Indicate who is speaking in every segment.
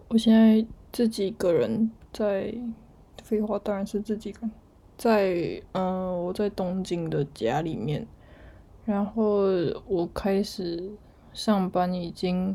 Speaker 1: 我现在自己一个人在，废话当然是自己一个人在，我在东京的家里面，然后我开始上班已经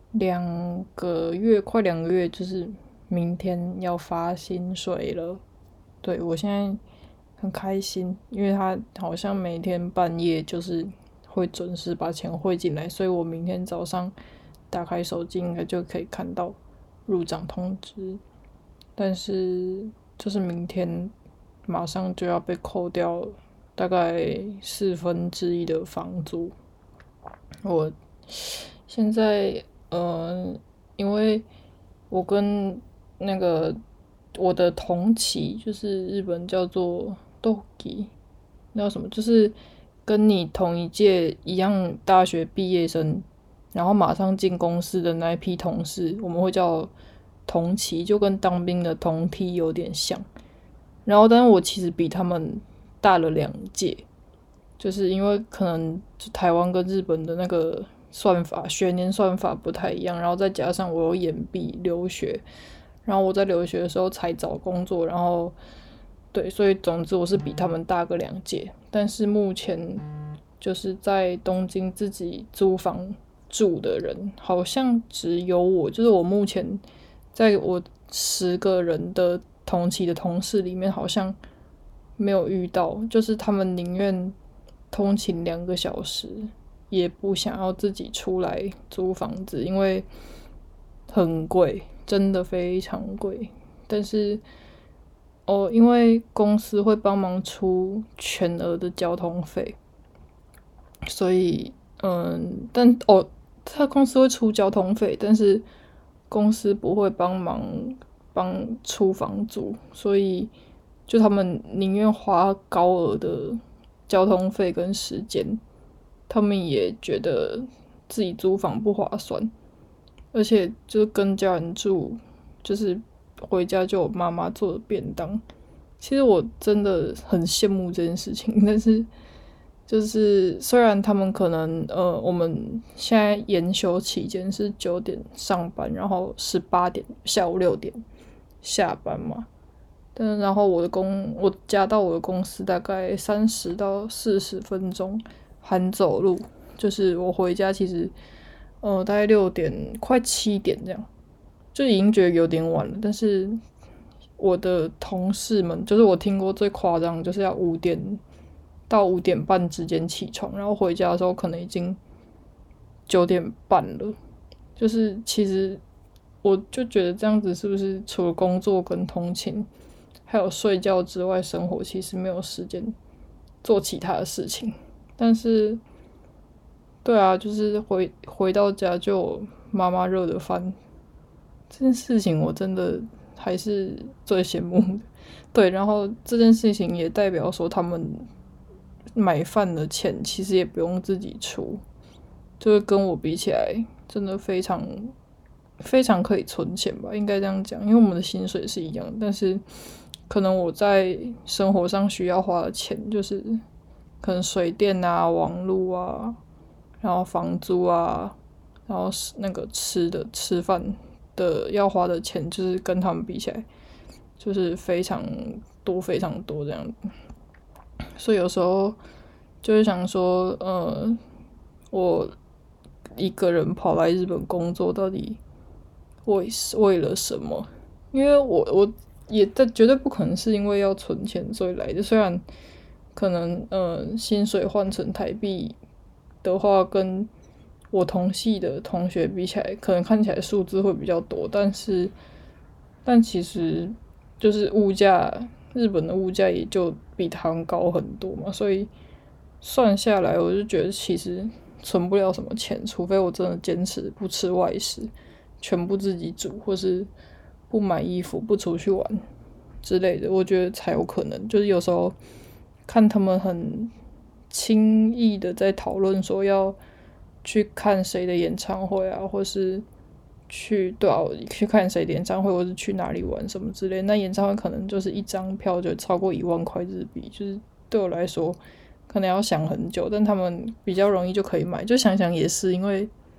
Speaker 1: 2个月，快2个月，就是明天要发薪水了。对，我现在很开心，因为他好像每天半夜就是会准时把钱汇进来，所以我明天早上打开手机应该就可以看到入账通知。但是就是明天马上就要被扣掉大概1/4的房租。我现在因为我跟那个我的同期，就是日本叫做 Doki，那叫什么？就是跟你同一届一样大学毕业生，然后马上进公司的那一批同事，我们会叫同期，就跟当兵的同梯有点像。然后，但是我其实比他们大了2届，就是因为可能台湾跟日本的那个算法学年算法不太一样，然后再加上我有延毕留学，然后我在留学的时候才找工作，然后对，所以总之我是比他们大个2届，但是目前就是在东京自己租房住的人，好像只有我，就是我目前在我10个人的同期的同事里面，好像没有遇到，就是他们宁愿通勤2个小时，也不想要自己出来租房子，因为很贵，真的非常贵。但是因为公司会帮忙出全额的交通费，所以他公司会出交通费，但是公司不会帮出房租，所以就他们宁愿花高额的交通费跟时间，他们也觉得自己租房不划算，而且就是跟家人住，就是回家就有妈妈做的便当。其实我真的很羡慕这件事情，但是就是虽然他们可能我们现在研修期间是9点上班，然后18点下午6点下班嘛，但然后我家到我的公司大概30到40分钟，含走路，就是我回家其实大概6点快7点这样，就已经觉得有点晚了，但是我的同事们，就是我听过最夸张，就是要5点到5点半之间起床，然后回家的时候可能已经9点半了。就是其实我就觉得这样子是不是除了工作跟通勤，还有睡觉之外，生活其实没有时间做其他的事情。但是，对啊，就是回到家就有妈妈热的饭，这件事情我真的还是最羡慕的。对，然后这件事情也代表说他们买饭的钱其实也不用自己出，就是跟我比起来，真的非常非常可以存钱吧，应该这样讲。因为我们的薪水是一样，但是可能我在生活上需要花的钱，就是可能水电啊、网络啊，然后房租啊，然后那个吃饭的要花的钱，就是跟他们比起来，就是非常多非常多这样子。所以有时候就是想说，我一个人跑来日本工作，到底为了什么？因为我也绝对不可能是因为要存钱所以来的。虽然可能薪水换成台币的话，跟我同系的同学比起来，可能看起来数字会比较多，但其实就是日本的物价也就比台湾高很多嘛，所以算下来，我就觉得其实存不了什么钱，除非我真的坚持不吃外食，全部自己煮，或是不买衣服、不出去玩之类的，我觉得才有可能。就是有时候看他们很轻易的在讨论说要去看谁的演唱会啊，或是去看谁的演唱会，或是去哪里玩什么之类。那演唱会可能就是一张票就超过1万块日币，就是对我来说可能要想很久，但他们比较容易就可以买。就想想也是，因为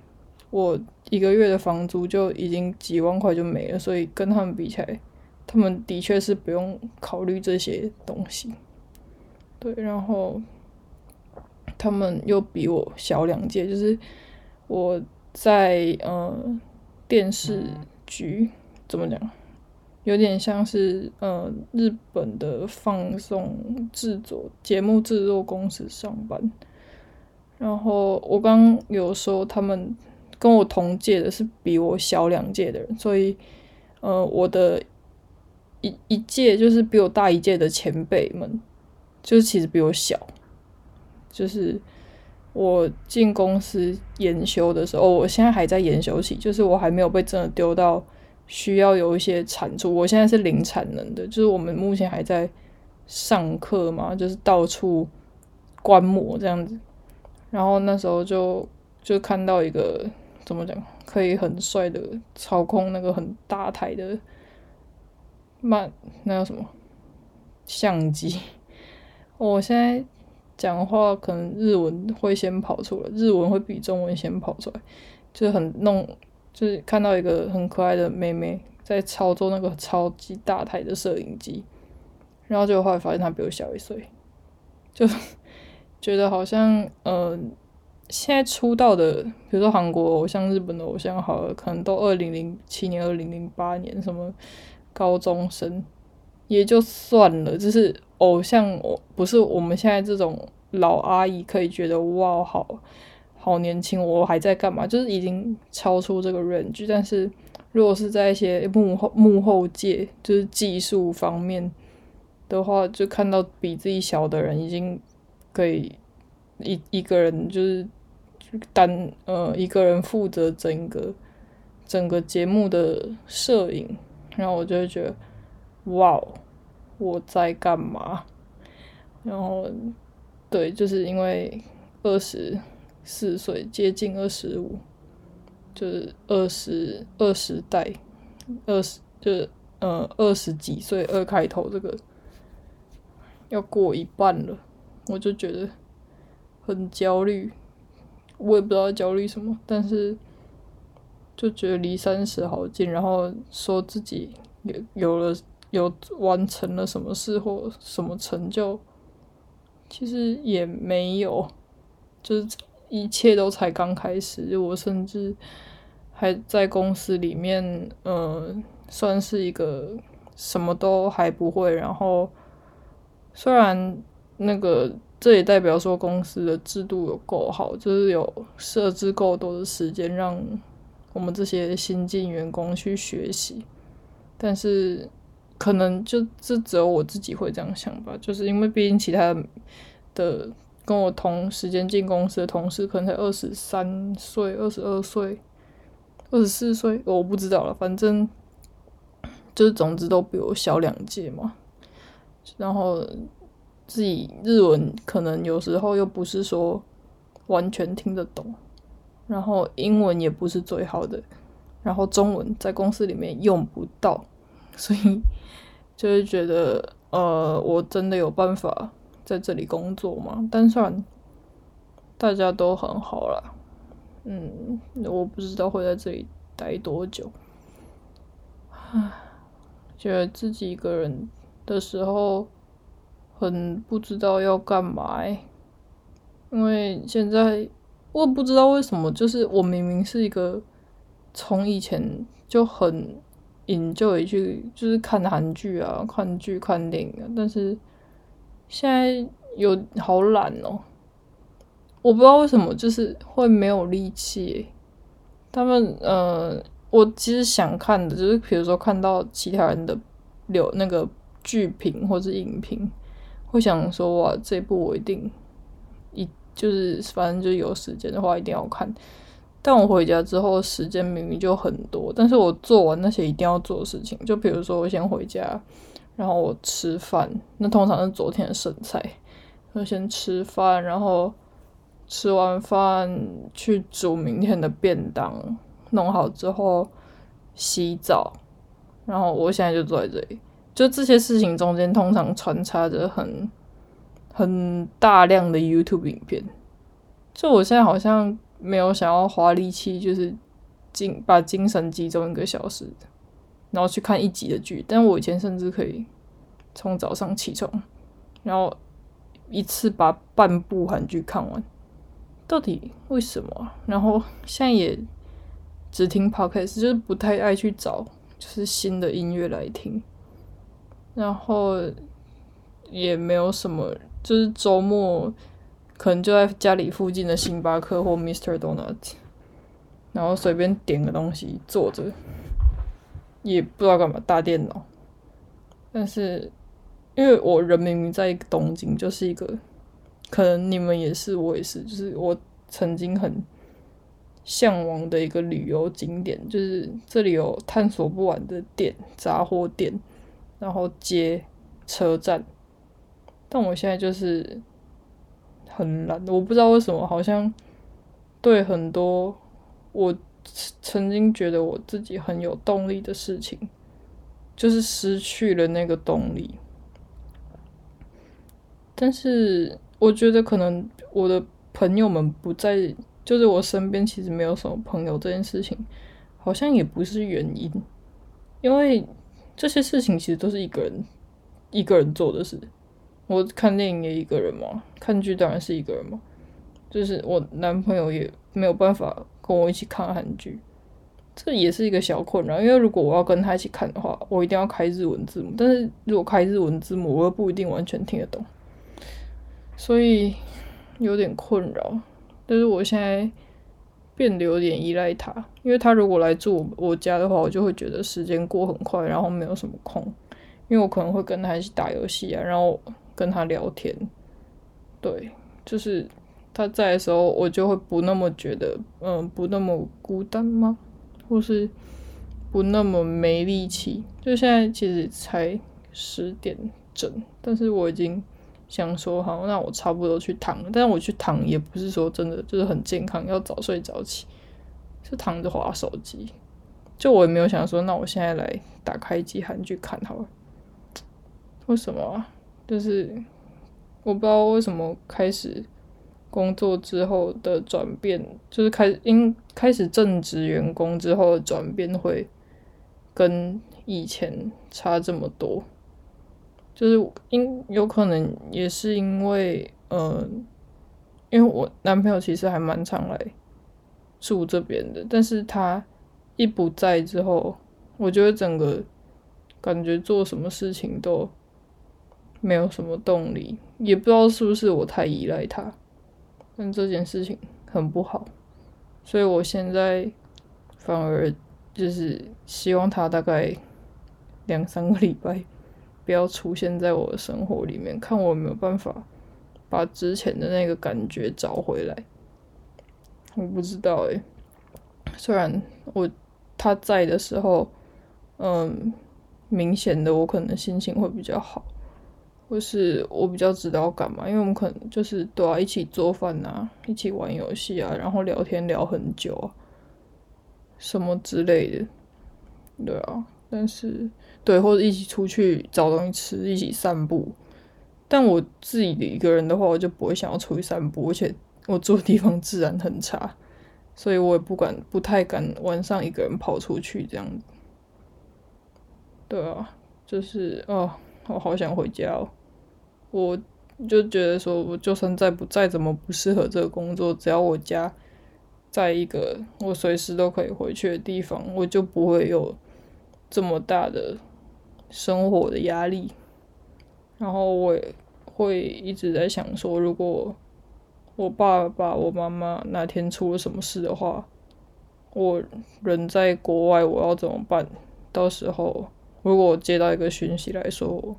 Speaker 1: 我一个月的房租就已经几万块就没了，所以跟他们比起来，他们的确是不用考虑这些东西。对，然后他们又比我小2届，就是我在电视局怎么讲，有点像是日本的放送节目制作公司上班。然后我刚有说他们跟我同届的是比我小2届的人，所以我的一届就是比我大1届的前辈们，就是其实比我小。就是我进公司研修的时候，我现在还在研修期，就是我还没有被真的丢到需要有一些产出。我现在是零产能的，就是我们目前还在上课嘛，就是到处观摩这样子。然后那时候就看到一个怎么讲，可以很帅的操控那个很大台的那叫什么相机。我现在讲话可能日文会先跑出来，日文会比中文先跑出来，就是就是看到一个很可爱的妹妹在操作那个超级大台的摄影机，然后结果后来发现她比我小1岁，就觉得好像现在出道的，比如说韩国偶像、日本的偶像，好了，可能都2007年、2008年什么高中生也就算了，就是偶像不是我们现在这种老阿姨可以觉得哇好年轻，我还在干嘛？就是已经超出这个 range。但是如果是在一些幕后界，就是技术方面的话，就看到比自己小的人已经可以一个人就是一个人负责整个节目的摄影，然后我就会觉得哇，我在干嘛？然后对，就是因为24岁接近25，就是二十代就是20几岁2开头这个要过一半了，我就觉得很焦虑。我也不知道焦虑什么，但是就觉得离30好近，然后说自己有完成了什么事或什么成就，其实也没有，就是一切都才刚开始。我甚至还在公司里面，算是一个什么都还不会，然后虽然这也代表说公司的制度有够好，就是有设置够多的时间让我们这些新进员工去学习，但是可能就只有我自己会这样想吧，就是因为毕竟其他的跟我同时间进公司的同事可能才23岁、22岁、24岁，我不知道了，反正就是总之都比我小2届嘛，然后自己日文可能有时候又不是说完全听得懂，然后英文也不是最好的，然后中文在公司里面用不到，所以就会觉得我真的有办法在这里工作吗？但虽然大家都很好啦，我不知道会在这里待多久，觉得自己一个人的时候很不知道要干嘛因为现在我也不知道为什么，就是我明明是一个从以前就很enjoy去就是看韩剧啊、看剧、看电影啊，但是现在好懒我不知道为什么，就是会没有力气他们我其实想看的，就是比如说看到其他人的那个剧评或是影评，会想说哇，这部我一定就是反正就有时间的话一定要看。但我回家之后时间明明就很多，但是我做完那些一定要做的事情，就比如说我先回家，然后我吃饭，那通常是昨天的剩菜，我先吃饭，然后吃完饭去煮明天的便当，弄好之后洗澡，然后我现在就坐在这里，就这些事情中间通常穿插着很大量的 YouTube 影片，就我现在好像没有想要花力气，就是把精神集中1个小时，然后去看1集的剧。但我以前甚至可以从早上起床，然后一次把半部韩剧看完，到底为什么啊？然后现在也只听 podcast， 就是不太爱去找就是新的音乐来听，然后也没有什么，就是周末可能就在家里附近的星巴克或 Mr. Donut， 然后随便点个东西坐着，也不知道干嘛，打电脑。但是因为我人明明在东京，就是一个可能你们也是，我也是，就是我曾经很向往的一个旅游景点，就是这里有探索不完的店、杂货店，然后街、车站。但我现在就是很懒，我不知道为什么，好像对很多我曾经觉得我自己很有动力的事情，就是失去了那个动力。但是我觉得可能我的朋友们不在，就是我身边其实没有什么朋友这件事情，好像也不是原因，因为这些事情其实都是一个人做的事。我看电影也一个人嘛，看剧当然是一个人嘛，就是我男朋友也没有办法跟我一起看韩剧，这也是一个小困扰。因为如果我要跟他一起看的话，我一定要开日文字幕，但是如果开日文字幕，我又不一定完全听得懂，所以有点困扰。但是我现在变得有点依赖他，因为他如果来住我家的话，我就会觉得时间过很快，然后没有什么空，因为我可能会跟他一起打游戏啊，然后跟他聊天。对，就是他在的时候，我就会不那么觉得，不那么孤单吗？或是不那么没力气？就现在其实才10点整，但是我已经想说，好，那我差不多去躺了。但是我去躺也不是说真的就是很健康，要早睡早起，是躺着滑手机。就我也没有想说，那我现在来打开一集韩剧看好了。为什么啊？就是我不知道为什么开始工作之后的转变，就是开始正职员工之后的转变会跟以前差这么多。就是有可能也是因为因为我男朋友其实还蛮常来住这边的，但是他一不在之后，我觉得整个感觉做什么事情都没有什么动力，也不知道是不是我太依赖他，但这件事情很不好，所以我现在反而就是希望他大概2-3个礼拜不要出现在我的生活里面，看我有没有办法把之前的那个感觉找回来。我不知道虽然他在的时候，明显的我可能心情会比较好，或是我比较知道要干嘛，因为我们可能就是都要一起做饭啊，一起玩游戏啊，然后聊天聊很久啊，什么之类的，对啊，但是对，或者一起出去找东西吃，一起散步。但我自己一个人的话，我就不会想要出去散步，而且我住的地方治安很差，所以我也不太敢晚上一个人跑出去这样子。对啊，就是我好想回家哦。我就觉得说，我就算再怎么不适合这个工作，只要我家在一个我随时都可以回去的地方，我就不会有这么大的生活的压力。然后我也会一直在想说，如果我爸爸、我妈妈哪天出了什么事的话，我人在国外，我要怎么办？到时候如果我接到一个讯息来说，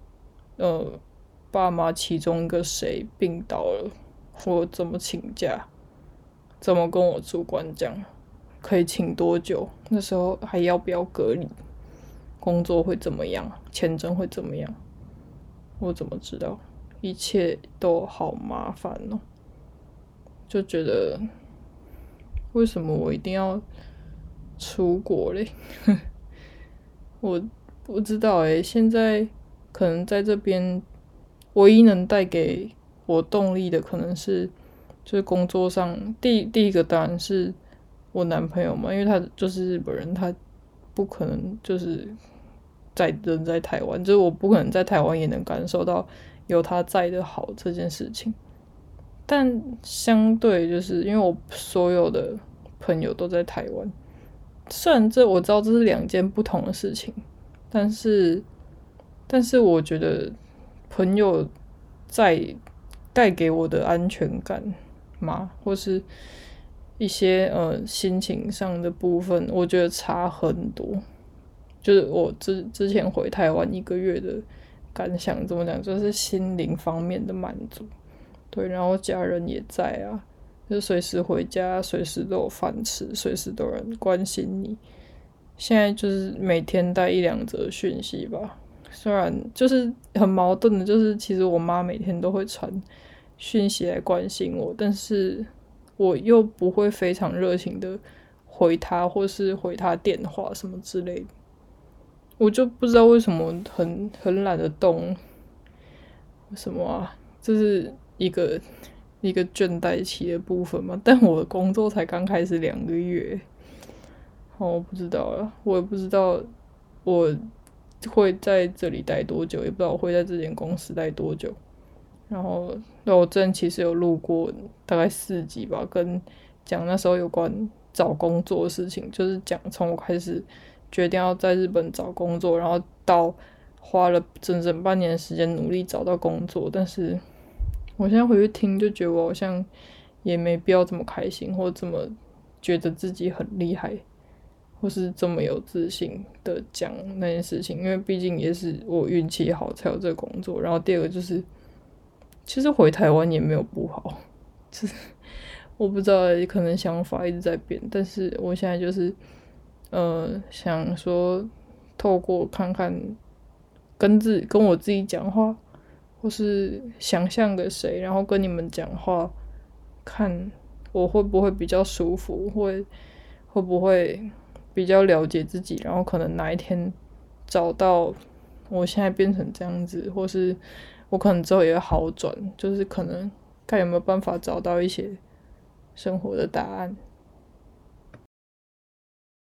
Speaker 1: 爸妈其中一个谁病倒了，我怎么请假？怎么跟我主管讲？可以请多久？那时候还要不要隔离？工作会怎么样？签证会怎么样？我怎么知道？一切都好麻烦哦，就觉得为什么我一定要出国嘞？我不知道现在可能在这边唯一能带给我动力的，可能是就是工作上第一个当然是我男朋友嘛，因为他就是日本人，他不可能就是人在台湾，就是我不可能在台湾也能感受到有他在的好这件事情。但相对就是因为我所有的朋友都在台湾，虽然我知道这是两件不同的事情，但是我觉得朋友在带给我的安全感嘛，或是一些心情上的部分，我觉得差很多。就是我之前回台湾1个月的感想，怎么讲，就是心灵方面的满足。对，然后家人也在啊，就随时回家，随时都有饭吃，随时都有人关心你。现在就是每天带1-2则讯息吧，虽然就是很矛盾的，就是其实我妈每天都会传讯息来关心我，但是我又不会非常热情的回她，或是回她电话什么之类的。我就不知道为什么很懒得动，为什么啊？这是一个倦怠期的部分嘛？但我的工作才刚开始2个月，我不知道了，我也不知道我会在这里待多久，也不知道我会在这间公司待多久。然后，那我之前其实有录过大概4集吧，跟讲那时候有关找工作的事情，就是讲从我开始决定要在日本找工作，然后到花了整整半年的时间努力找到工作，但是我现在回去听，就觉得我好像也没必要这么开心，或这么觉得自己很厉害，或是这么有自信的讲那件事情，因为毕竟也是我运气好才有这个工作。然后第二个就是，其实回台湾也没有不好，就是我不知道，可能想法一直在变，但是我现在就是想说，透过看看跟我自己讲话，或是想象个谁，然后跟你们讲话，看我会不会比较舒服，会不会比较了解自己，然后可能哪一天找到我现在变成这样子，或是我可能之后也会好转，就是可能看有没有办法找到一些生活的答案。